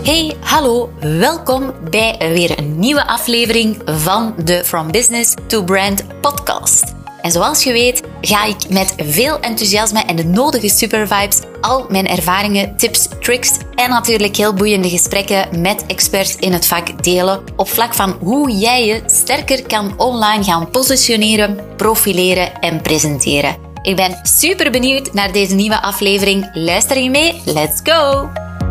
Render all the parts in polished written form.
Hey, hallo, welkom bij weer een nieuwe aflevering van de From Business to Brand podcast. En zoals je weet ga ik met veel enthousiasme en de nodige supervibes al mijn ervaringen, tips, tricks en natuurlijk heel boeiende gesprekken met experts in het vak delen op vlak van hoe jij je sterker kan online gaan positioneren, profileren en presenteren. Ik ben super benieuwd naar deze nieuwe aflevering. Luister je mee? Let's go!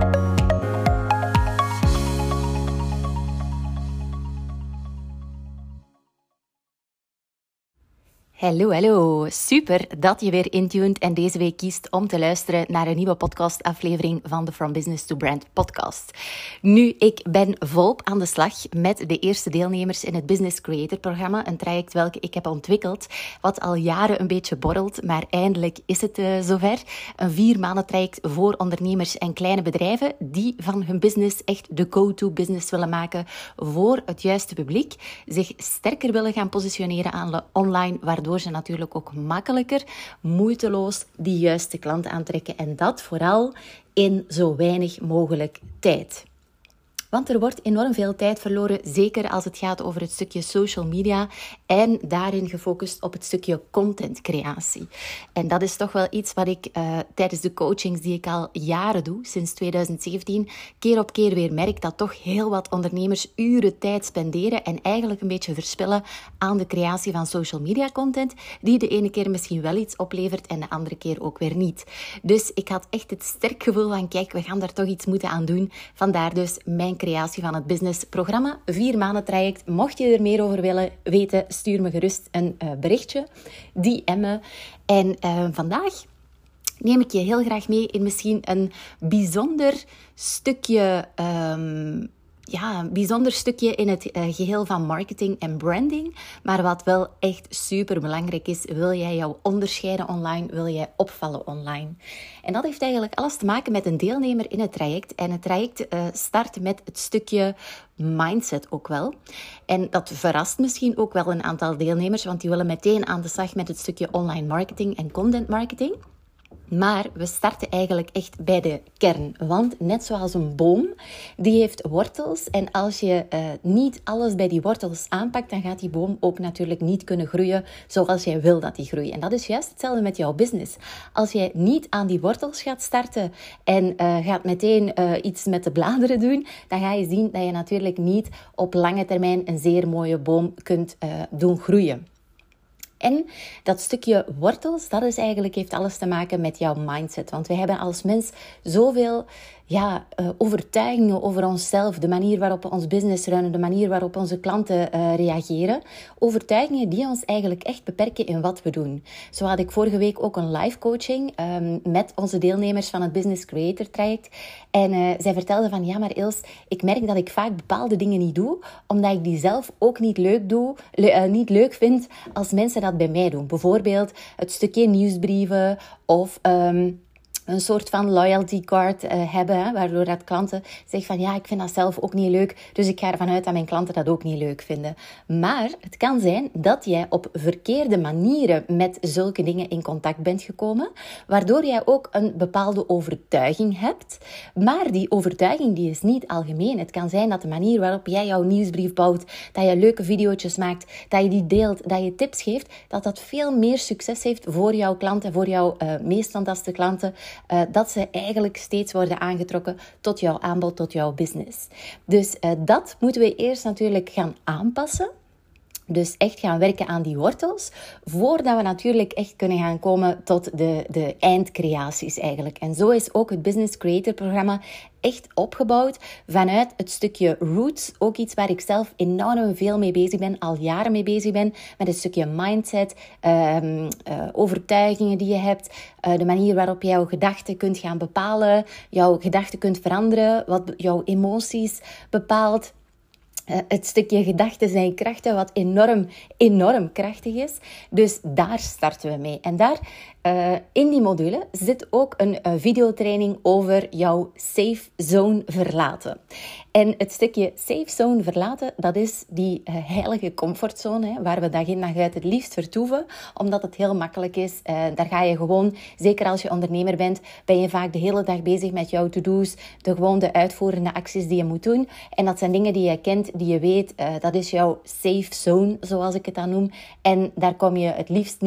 Hallo. Super dat je weer intuned en deze week kiest om te luisteren naar een nieuwe podcastaflevering van de From Business to Brand podcast. Nu, ik ben volop aan de slag met de eerste deelnemers in het Business Creator programma. Een traject welke ik heb ontwikkeld, wat al jaren een beetje borrelt, maar eindelijk is het zover. Een 4 maanden traject voor ondernemers en kleine bedrijven die van hun business echt de go-to business willen maken voor het juiste publiek. Zich sterker willen gaan positioneren online, waardoor ze natuurlijk ook makkelijker, moeiteloos die juiste klant aantrekken. En dat vooral in zo weinig mogelijk tijd. Want er wordt enorm veel tijd verloren, zeker als het gaat over het stukje social media en daarin gefocust op het stukje contentcreatie. En dat is toch wel iets wat ik tijdens de coachings die ik al jaren doe, sinds 2017, keer op keer weer merk dat toch heel wat ondernemers uren tijd spenderen en eigenlijk een beetje verspillen aan de creatie van social media content, die de ene keer misschien wel iets oplevert en de andere keer ook weer niet. Dus ik had echt het sterk gevoel van, kijk, we gaan daar toch iets moeten aan doen. Vandaar dus mijn creatie van het businessprogramma. 4 maanden traject. Mocht je er meer over willen weten, stuur me gerust een berichtje. DM me. En vandaag neem ik je heel graag mee in misschien een bijzonder stukje in het geheel van marketing en branding. Maar wat wel echt super belangrijk is, wil jij jou onderscheiden online, wil jij opvallen online. En dat heeft eigenlijk alles te maken met een deelnemer in het traject. En het traject start met het stukje mindset ook wel. En dat verrast misschien ook wel een aantal deelnemers, want die willen meteen aan de slag met het stukje online marketing en content marketing. Maar we starten eigenlijk echt bij de kern. Want net zoals een boom, die heeft wortels. En als je niet alles bij die wortels aanpakt, dan gaat die boom ook natuurlijk niet kunnen groeien zoals jij wil dat die groeit. En dat is juist hetzelfde met jouw business. Als jij niet aan die wortels gaat starten en gaat meteen iets met de bladeren doen, dan ga je zien dat je natuurlijk niet op lange termijn een zeer mooie boom kunt doen groeien. En dat stukje wortels, dat is eigenlijk, heeft alles te maken met jouw mindset. Want wij hebben als mens zoveel overtuigingen over onszelf, de manier waarop we ons business runnen, de manier waarop onze klanten reageren. Overtuigingen die ons eigenlijk echt beperken in wat we doen. Zo had ik vorige week ook een live coaching met onze deelnemers van het Business Creator traject. En zij vertelde van, ja maar Ilse, ik merk dat ik vaak bepaalde dingen niet doe, omdat ik die zelf ook niet niet leuk vind als mensen dat bij mij doen. Bijvoorbeeld het stukje nieuwsbrieven of een soort van loyalty card hebben, waardoor dat klanten zeggen van, ja, ik vind dat zelf ook niet leuk, dus ik ga ervan uit dat mijn klanten dat ook niet leuk vinden. Maar het kan zijn dat jij op verkeerde manieren met zulke dingen in contact bent gekomen, waardoor jij ook een bepaalde overtuiging hebt. Maar die overtuiging die is niet algemeen. Het kan zijn dat de manier waarop jij jouw nieuwsbrief bouwt, dat je leuke video's maakt, dat je die deelt, dat je tips geeft, dat veel meer succes heeft voor jouw klanten, voor jouw meest fantastische klanten, dat ze eigenlijk steeds worden aangetrokken tot jouw aanbod, tot jouw business. Dus dat moeten we eerst natuurlijk gaan aanpassen. Dus echt gaan werken aan die wortels, voordat we natuurlijk echt kunnen gaan komen tot de eindcreaties eigenlijk. En zo is ook het Business Creator programma echt opgebouwd vanuit het stukje roots. Ook iets waar ik zelf enorm veel mee bezig ben, al jaren mee bezig ben, met het stukje mindset, overtuigingen die je hebt, de manier waarop je jouw gedachten kunt gaan bepalen, jouw gedachten kunt veranderen, wat jouw emoties bepaalt. Het stukje gedachten zijn krachten, wat enorm krachtig is. Dus daar starten we mee. En daar, in die module, zit ook een videotraining over jouw safe zone verlaten. En het stukje safe zone verlaten, dat is die heilige comfortzone, hè, waar we dag in dag uit het liefst vertoeven, omdat het heel makkelijk is. Daar ga je gewoon, zeker als je ondernemer bent, ben je vaak de hele dag bezig met jouw to-do's, de uitvoerende acties die je moet doen. En dat zijn dingen die je kent, die je weet, dat is jouw safe zone, zoals ik het dan noem. En daar kom je het liefst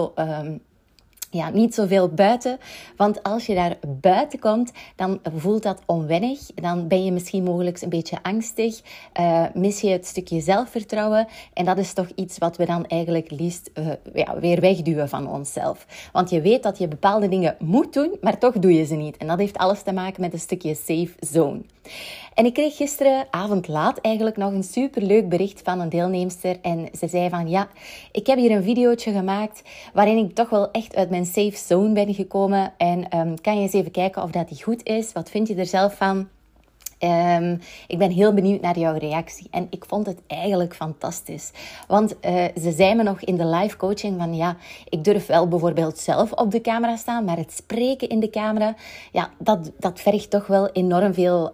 niet zoveel buiten. Want als je daar buiten komt, dan voelt dat onwennig. Dan ben je misschien mogelijk een beetje angstig. Mis je het stukje zelfvertrouwen. En dat is toch iets wat we dan eigenlijk liefst weer wegduwen van onszelf. Want je weet dat je bepaalde dingen moet doen, maar toch doe je ze niet. En dat heeft alles te maken met een stukje safe zone. En ik kreeg gisteravond laat eigenlijk nog een superleuk bericht van een deelnemster. En ze zei van, ja, ik heb hier een videootje gemaakt waarin ik toch wel echt uit mijn safe zone ben gekomen. En kan je eens even kijken of dat die goed is? Wat vind je er zelf van? Ik ben heel benieuwd naar jouw reactie. En ik vond het eigenlijk fantastisch. Want ze zei me nog in de live coaching van, ja, ik durf wel bijvoorbeeld zelf op de camera staan, maar het spreken in de camera, ja, dat vergt toch wel enorm veel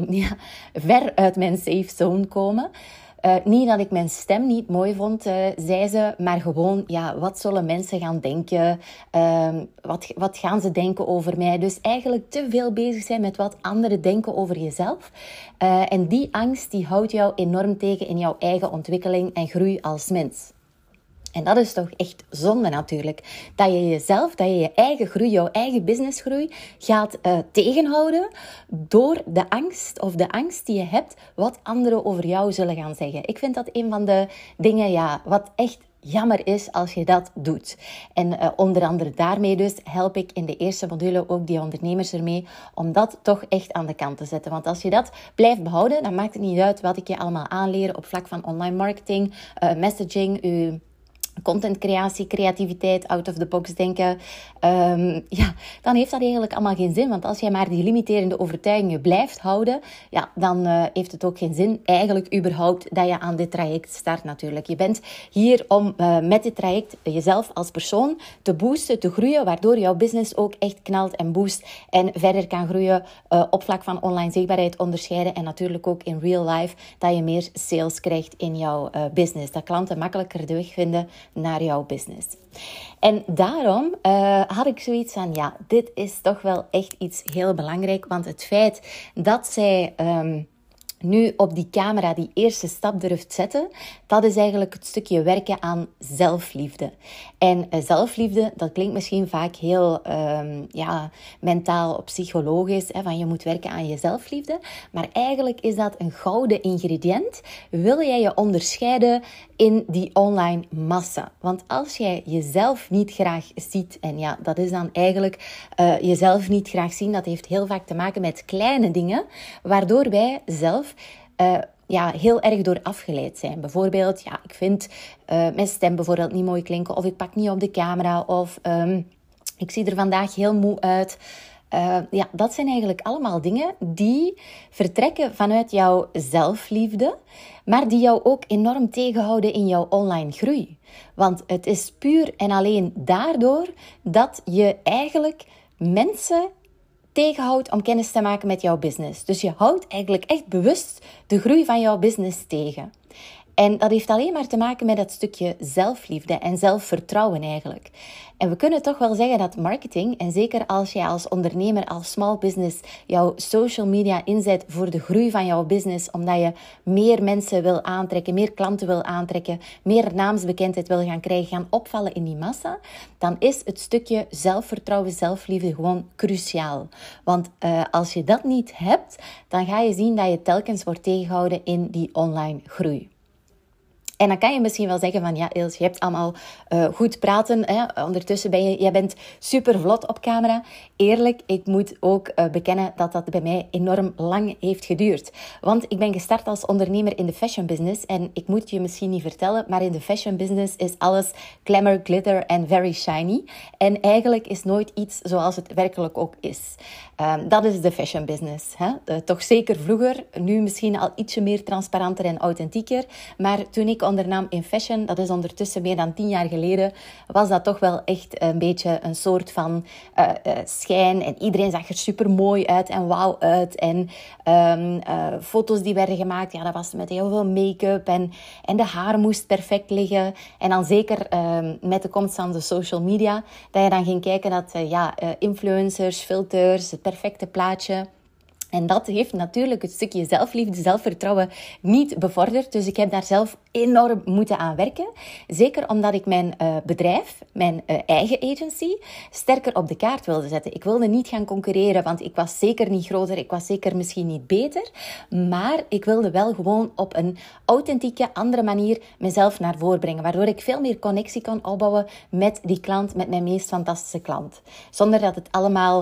ver uit mijn safe zone komen. Niet dat ik mijn stem niet mooi vond, zei ze, maar gewoon, ja, wat zullen mensen gaan denken? Wat gaan ze denken over mij? Dus eigenlijk te veel bezig zijn met wat anderen denken over jezelf. En die angst, die houdt jou enorm tegen in jouw eigen ontwikkeling en groei als mens. En dat is toch echt zonde natuurlijk. Dat je jezelf, dat je je eigen groei, jouw eigen businessgroei gaat tegenhouden door de angst die je hebt wat anderen over jou zullen gaan zeggen. Ik vind dat een van de dingen, wat echt jammer is als je dat doet. En onder andere daarmee dus help ik in de eerste module ook die ondernemers ermee om dat toch echt aan de kant te zetten. Want als je dat blijft behouden, dan maakt het niet uit wat ik je allemaal aanleer op vlak van online marketing, messaging, contentcreatie, creativiteit, out of the box denken. Dan heeft dat eigenlijk allemaal geen zin. Want als jij maar die limiterende overtuigingen blijft houden, dan heeft het ook geen zin eigenlijk überhaupt dat je aan dit traject start natuurlijk. Je bent hier om met dit traject jezelf als persoon te boosten, te groeien, waardoor jouw business ook echt knalt en boost en verder kan groeien op vlak van online zichtbaarheid, onderscheiden en natuurlijk ook in real life, dat je meer sales krijgt in jouw business. Dat klanten makkelijker de weg vinden naar jouw business. En daarom had ik zoiets van, dit is toch wel echt iets heel belangrijk, want het feit dat zij nu op die camera die eerste stap durft zetten, dat is eigenlijk het stukje werken aan zelfliefde. En zelfliefde, dat klinkt misschien vaak heel mentaal of psychologisch, van je moet werken aan je zelfliefde. Maar eigenlijk is dat een gouden ingrediënt. Wil jij je onderscheiden in die online massa? Want als jij jezelf niet graag ziet, en dat is dan eigenlijk jezelf niet graag zien, dat heeft heel vaak te maken met kleine dingen, waardoor wij zelf heel erg door afgeleid zijn. Bijvoorbeeld, ik vind mijn stem bijvoorbeeld niet mooi klinken, of ik pak niet op de camera, of ik zie er vandaag heel moe uit. Dat zijn eigenlijk allemaal dingen die vertrekken vanuit jouw zelfliefde, maar die jou ook enorm tegenhouden in jouw online groei. Want het is puur en alleen daardoor dat je eigenlijk mensen tegenhoudt om kennis te maken met jouw business. Dus je houdt eigenlijk echt bewust de groei van jouw business tegen. En dat heeft alleen maar te maken met dat stukje zelfliefde en zelfvertrouwen eigenlijk. En we kunnen toch wel zeggen dat marketing, en zeker als jij als ondernemer, als small business, jouw social media inzet voor de groei van jouw business, omdat je meer mensen wil aantrekken, meer klanten wil aantrekken, meer naamsbekendheid wil gaan krijgen, gaan opvallen in die massa, dan is het stukje zelfvertrouwen, zelfliefde gewoon cruciaal. Want als je dat niet hebt, dan ga je zien dat je telkens wordt tegengehouden in die online groei. En dan kan je misschien wel zeggen van, Ilse, je hebt allemaal goed praten. Hè? Ondertussen jij bent super vlot op camera. Eerlijk, ik moet ook bekennen dat dat bij mij enorm lang heeft geduurd. Want ik ben gestart als ondernemer in de fashion business. En ik moet je misschien niet vertellen, maar in de fashion business is alles glamour, glitter en very shiny. En eigenlijk is nooit iets zoals het werkelijk ook is. Dat is de fashion business. Hè? Toch zeker vroeger, nu misschien al ietsje meer transparanter en authentieker. Maar toen ik ondernam in fashion, dat is ondertussen meer dan 10 jaar geleden, was dat toch wel echt een beetje een soort van schijn. En iedereen zag er super mooi uit en wauw uit. En foto's die werden gemaakt, ja, dat was met heel veel make-up. En de haar moest perfect liggen. En dan zeker met de komst van de social media, dat je dan ging kijken dat influencers, filters, het perfecte plaatje. En dat heeft natuurlijk het stukje zelfliefde, zelfvertrouwen niet bevorderd. Dus ik heb daar zelf enorm moeten aan werken. Zeker omdat ik mijn bedrijf, mijn eigen agency, sterker op de kaart wilde zetten. Ik wilde niet gaan concurreren, want ik was zeker niet groter. Ik was zeker misschien niet beter. Maar ik wilde wel gewoon op een authentieke, andere manier mezelf naar voren brengen. Waardoor ik veel meer connectie kon opbouwen met die klant, met mijn meest fantastische klant. Zonder dat het allemaal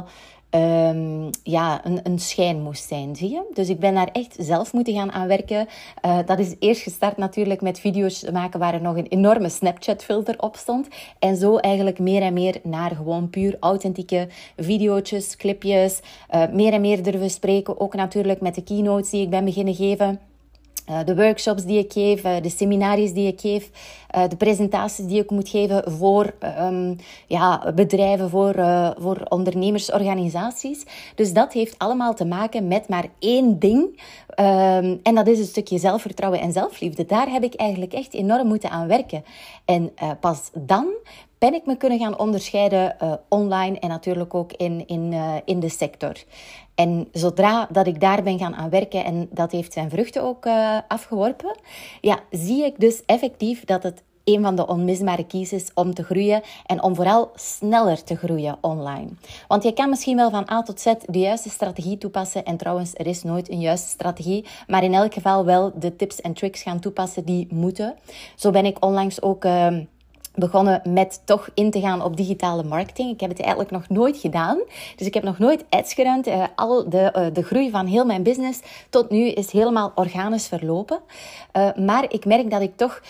een schijn moest zijn, zie je? Dus ik ben daar echt zelf moeten gaan aan werken. Dat is eerst gestart natuurlijk met video's te maken waar er nog een enorme Snapchat-filter op stond. En zo eigenlijk meer en meer naar gewoon puur authentieke video's, clipjes. Meer en meer durven spreken. Ook natuurlijk met de keynotes die ik ben beginnen geven. De workshops die ik geef, de seminaries die ik geef, de presentaties die ik moet geven voor bedrijven, voor ondernemersorganisaties. Dus dat heeft allemaal te maken met maar één ding. En dat is een stukje zelfvertrouwen en zelfliefde. Daar heb ik eigenlijk echt enorm moeten aan werken. En pas dan ben ik me kunnen gaan onderscheiden online en natuurlijk ook in de sector. En zodra dat ik daar ben gaan aan werken en dat heeft zijn vruchten ook afgeworpen, zie ik dus effectief dat het een van de onmisbare keys is om te groeien en om vooral sneller te groeien online. Want je kan misschien wel van A tot Z de juiste strategie toepassen. En trouwens, er is nooit een juiste strategie. Maar in elk geval wel de tips en tricks gaan toepassen die moeten. Zo ben ik onlangs ook begonnen met toch in te gaan op digitale marketing. Ik heb het eigenlijk nog nooit gedaan. Dus ik heb nog nooit ads gerund. Al de groei van heel mijn business tot nu is helemaal organisch verlopen. Maar ik merk dat ik toch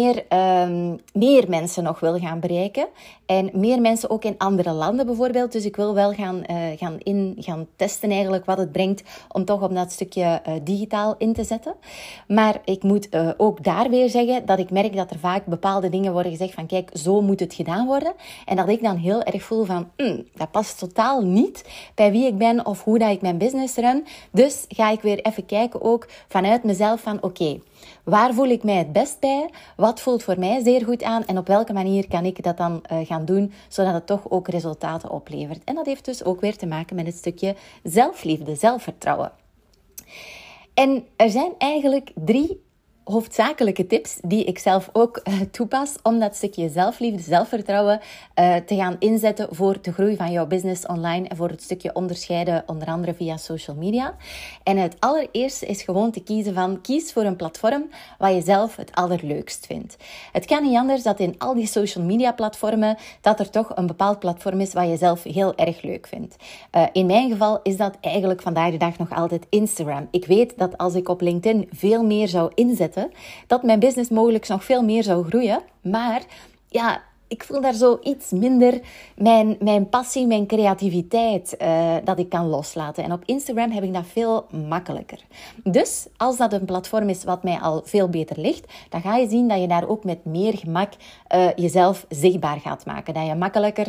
meer mensen nog wil gaan bereiken. En meer mensen ook in andere landen bijvoorbeeld. Dus ik wil wel gaan testen eigenlijk wat het brengt om toch op dat stukje digitaal in te zetten. Maar ik moet ook daar weer zeggen dat ik merk dat er vaak bepaalde dingen worden gezegd van kijk, zo moet het gedaan worden. En dat ik dan heel erg voel van dat past totaal niet bij wie ik ben of hoe dat ik mijn business run. Dus ga ik weer even kijken ook vanuit mezelf van oké, waar voel ik mij het best bij? Wat voelt voor mij zeer goed aan? En op welke manier kan ik dat dan gaan doen, zodat het toch ook resultaten oplevert? En dat heeft dus ook weer te maken met het stukje zelfliefde, zelfvertrouwen. En er zijn eigenlijk 3 hoofdzakelijke tips die ik zelf ook toepas om dat stukje zelfliefde, zelfvertrouwen te gaan inzetten voor de groei van jouw business online en voor het stukje onderscheiden, onder andere via social media. En het allereerste is gewoon te kies voor een platform wat je zelf het allerleukst vindt. Het kan niet anders dat in al die social media platformen dat er toch een bepaald platform is wat je zelf heel erg leuk vindt. In mijn geval is dat eigenlijk vandaag de dag nog altijd Instagram. Ik weet dat als ik op LinkedIn veel meer zou inzetten, dat mijn business mogelijk nog veel meer zou groeien. Maar ik voel daar zo iets minder mijn passie, mijn creativiteit dat ik kan loslaten. En op Instagram heb ik dat veel makkelijker. Dus als dat een platform is wat mij al veel beter ligt, dan ga je zien dat je daar ook met meer gemak jezelf zichtbaar gaat maken. Dat je makkelijker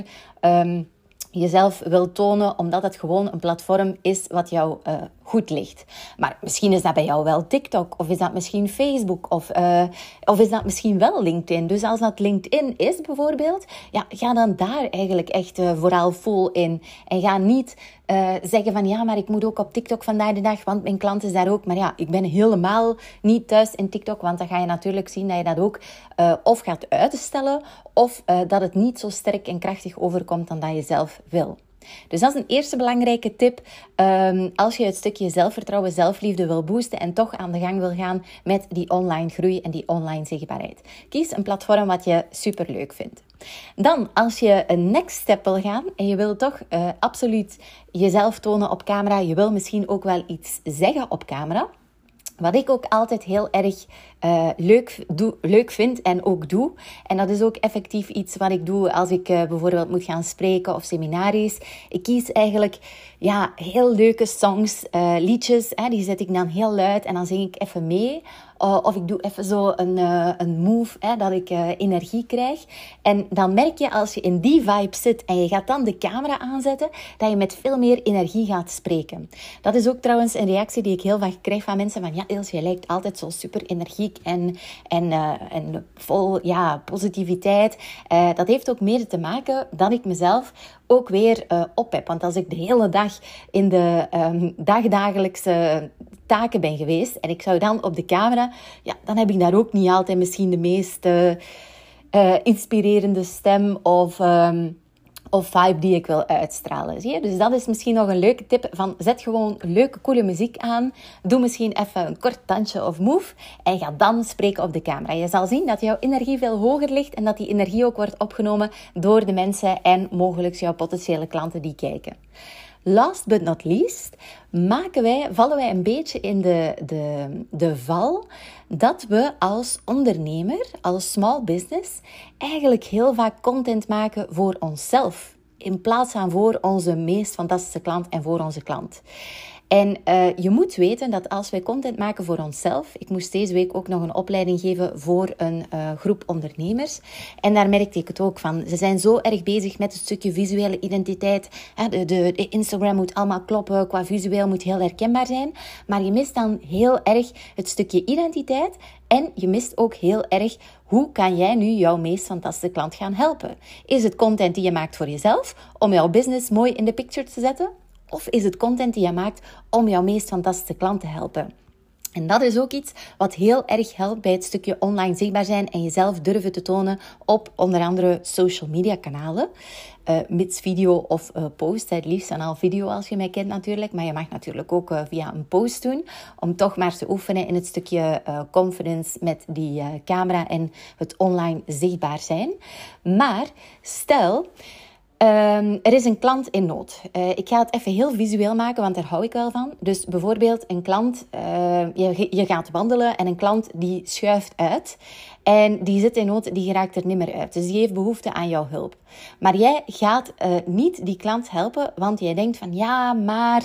jezelf wil tonen, omdat het gewoon een platform is wat jou goed ligt. Maar misschien is dat bij jou wel TikTok, of is dat misschien Facebook, of is dat misschien wel LinkedIn. Dus als dat LinkedIn is bijvoorbeeld, ga dan daar eigenlijk echt vooral full in. En ga niet zeggen van maar ik moet ook op TikTok vandaag de dag, want mijn klant is daar ook. Maar ik ben helemaal niet thuis in TikTok, want dan ga je natuurlijk zien dat je dat ook of gaat uitstellen, of dat het niet zo sterk en krachtig overkomt dan dat je zelf wil. Dus dat is een eerste belangrijke tip als je het stukje zelfvertrouwen, zelfliefde wil boosten en toch aan de gang wil gaan met die online groei en die online zichtbaarheid. Kies een platform wat je superleuk vindt. Dan, als je een next step wil gaan en je wil toch absoluut jezelf tonen op camera, je wil misschien ook wel iets zeggen op camera. Wat ik ook altijd heel erg leuk vind en ook doe. En dat is ook effectief iets wat ik doe als ik bijvoorbeeld moet gaan spreken of seminaries. Ik kies eigenlijk heel leuke songs, liedjes. Die zet ik dan heel luid en dan zing ik even mee. Of ik doe even zo een move, dat ik energie krijg. En dan merk je als je in die vibe zit en je gaat dan de camera aanzetten, dat je met veel meer energie gaat spreken. Dat is ook trouwens een reactie die ik heel vaak krijg van mensen van, ja Ilse, je lijkt altijd zo super energiek en vol positiviteit. Dat heeft ook meer te maken dat ik mezelf ook weer op heb. Want als ik de hele dag in de dagdagelijkse taken ben geweest en ik zou dan op de camera, dan heb ik daar ook niet altijd misschien de meest inspirerende stem of vibe die ik wil uitstralen. Zie je? Dus dat is misschien nog een leuke tip van zet gewoon leuke, coole muziek aan. Doe misschien even een kort tandje of move en ga dan spreken op de camera. Je zal zien dat jouw energie veel hoger ligt en dat die energie ook wordt opgenomen door de mensen en mogelijk jouw potentiële klanten die kijken. Last but not least vallen wij een beetje in de val dat we als ondernemer, als small business, eigenlijk heel vaak content maken voor onszelf. In plaats van voor onze meest fantastische klant en voor onze klant. En je moet weten dat als wij content maken voor onszelf... Ik moest deze week ook nog een opleiding geven voor een groep ondernemers. En daar merkte ik het ook van. Ze zijn zo erg bezig met het stukje visuele identiteit. De Instagram moet allemaal kloppen. Qua visueel moet heel herkenbaar zijn. Maar je mist dan heel erg het stukje identiteit. En je mist ook heel erg, hoe kan jij nu jouw meest fantastische klant gaan helpen? Is het content die je maakt voor jezelf, om jouw business mooi in de picture te zetten? Of is het content die je maakt om jouw meest fantastische klant te helpen? En dat is ook iets wat heel erg helpt bij het stukje online zichtbaar zijn en jezelf durven te tonen op onder andere social media kanalen. Mits video of post, het liefst dan al video als je mij kent natuurlijk. Maar je mag natuurlijk ook via een post doen, om toch maar te oefenen in het stukje confidence met die camera en het online zichtbaar zijn. Maar stel... er is een klant in nood. Ik ga het even heel visueel maken, want daar hou ik wel van. Dus bijvoorbeeld een klant, je gaat wandelen en een klant die schuift uit. En die zit in nood, die geraakt er niet meer uit. Dus die heeft behoefte aan jouw hulp. Maar jij gaat niet die klant helpen, want jij denkt van... Ja, maar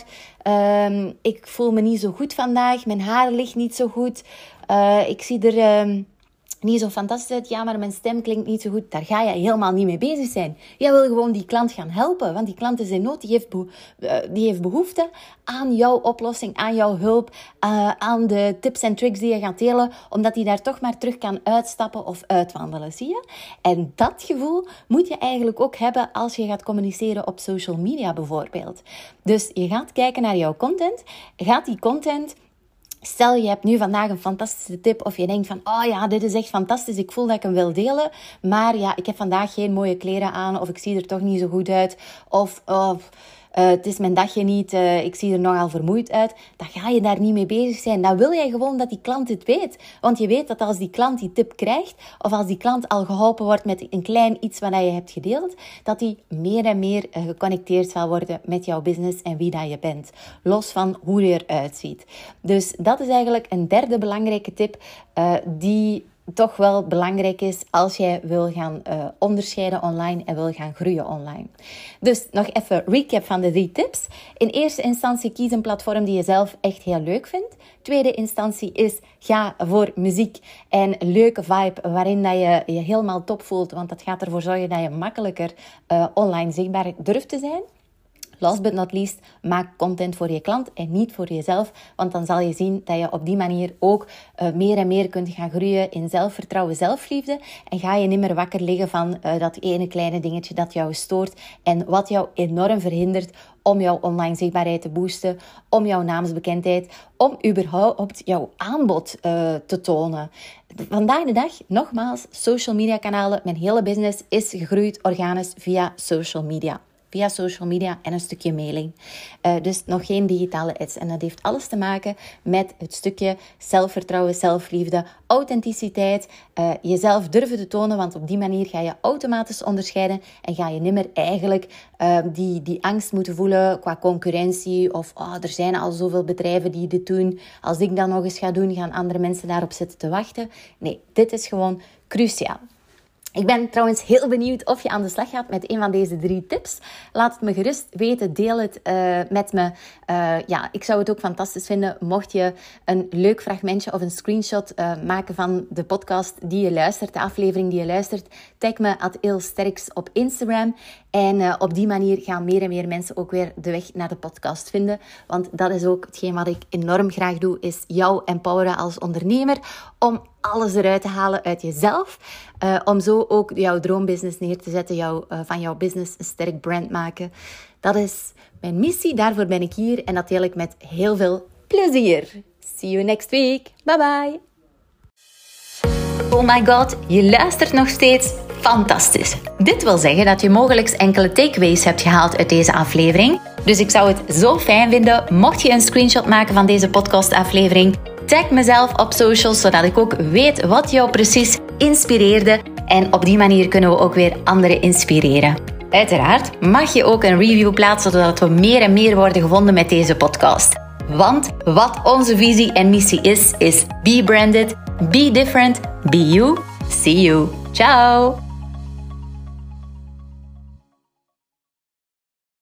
ik voel me niet zo goed vandaag. Mijn haar ligt niet zo goed. Ik zie er... niet zo fantastisch uit, ja, maar mijn stem klinkt niet zo goed. Daar ga je helemaal niet mee bezig zijn. Jij wil gewoon die klant gaan helpen, want die klant is in nood. Die heeft behoefte aan jouw oplossing, aan jouw hulp, aan de tips en tricks die je gaat delen, omdat hij daar toch maar terug kan uitstappen of uitwandelen, zie je? En dat gevoel moet je eigenlijk ook hebben als je gaat communiceren op social media bijvoorbeeld. Dus je gaat kijken naar jouw content, gaat die content... Stel, je hebt nu vandaag een fantastische tip of je denkt van, oh ja, dit is echt fantastisch, ik voel dat ik hem wil delen, maar ja, ik heb vandaag geen mooie kleren aan of ik zie er toch niet zo goed uit of het is mijn dagje niet, ik zie er nogal vermoeid uit. Dan ga je daar niet mee bezig zijn. Dan wil jij gewoon dat die klant het weet. Want je weet dat als die klant die tip krijgt, of als die klant al geholpen wordt met een klein iets wat je hebt gedeeld, dat die meer en meer geconnecteerd zal worden met jouw business en wie dat je bent. Los van hoe je eruit ziet. Dus dat is eigenlijk een derde belangrijke tip die toch wel belangrijk is als jij wil gaan onderscheiden online en wil gaan groeien online. Dus nog even recap van de 3 tips. In eerste instantie kies een platform die je zelf echt heel leuk vindt. Tweede instantie is ga voor muziek en leuke vibe waarin dat je je helemaal top voelt, want dat gaat ervoor zorgen dat je makkelijker online zichtbaar durft te zijn. Last but not least, maak content voor je klant en niet voor jezelf. Want dan zal je zien dat je op die manier ook meer en meer kunt gaan groeien in zelfvertrouwen, zelfliefde. En ga je niet meer wakker liggen van dat ene kleine dingetje dat jou stoort. En wat jou enorm verhindert om jouw online zichtbaarheid te boosten. Om jouw naamsbekendheid. Om überhaupt jouw aanbod te tonen. Vandaag de dag, nogmaals, social media kanalen. Mijn hele business is gegroeid organisch via social media. Via social media en een stukje mailing. Dus nog geen digitale ads. En dat heeft alles te maken met het stukje zelfvertrouwen, zelfliefde, authenticiteit. Jezelf durven te tonen, want op die manier ga je automatisch onderscheiden. En ga je niet meer eigenlijk die angst moeten voelen qua concurrentie. Of er zijn al zoveel bedrijven die dit doen. Als ik dat nog eens ga doen, gaan andere mensen daarop zitten te wachten. Nee, dit is gewoon cruciaal. Ik ben trouwens heel benieuwd of je aan de slag gaat met een van deze 3 tips. Laat het me gerust weten. Deel het met me. Ik zou het ook fantastisch vinden mocht je een leuk fragmentje of een screenshot maken van de podcast die je luistert, de aflevering die je luistert. Tag me @eelsterks op Instagram. En op die manier gaan meer en meer mensen ook weer de weg naar de podcast vinden. Want dat is ook hetgeen wat ik enorm graag doe, is jou empoweren als ondernemer om alles eruit te halen uit jezelf. Om zo ook jouw droombusiness neer te zetten, van jouw business een sterk brand maken. Dat is mijn missie, daarvoor ben ik hier en dat deel ik met heel veel plezier. See you next week. Bye bye. Oh my god, je luistert nog steeds. Fantastisch. Dit wil zeggen dat je mogelijk enkele takeaways hebt gehaald uit deze aflevering. Dus ik zou het zo fijn vinden mocht je een screenshot maken van deze podcastaflevering. Tag mezelf op socials, zodat ik ook weet wat jou precies inspireerde. En op die manier kunnen we ook weer anderen inspireren. Uiteraard mag je ook een review plaatsen, zodat we meer en meer worden gevonden met deze podcast. Want wat onze visie en missie is be branded, be different, be you. See you. Ciao!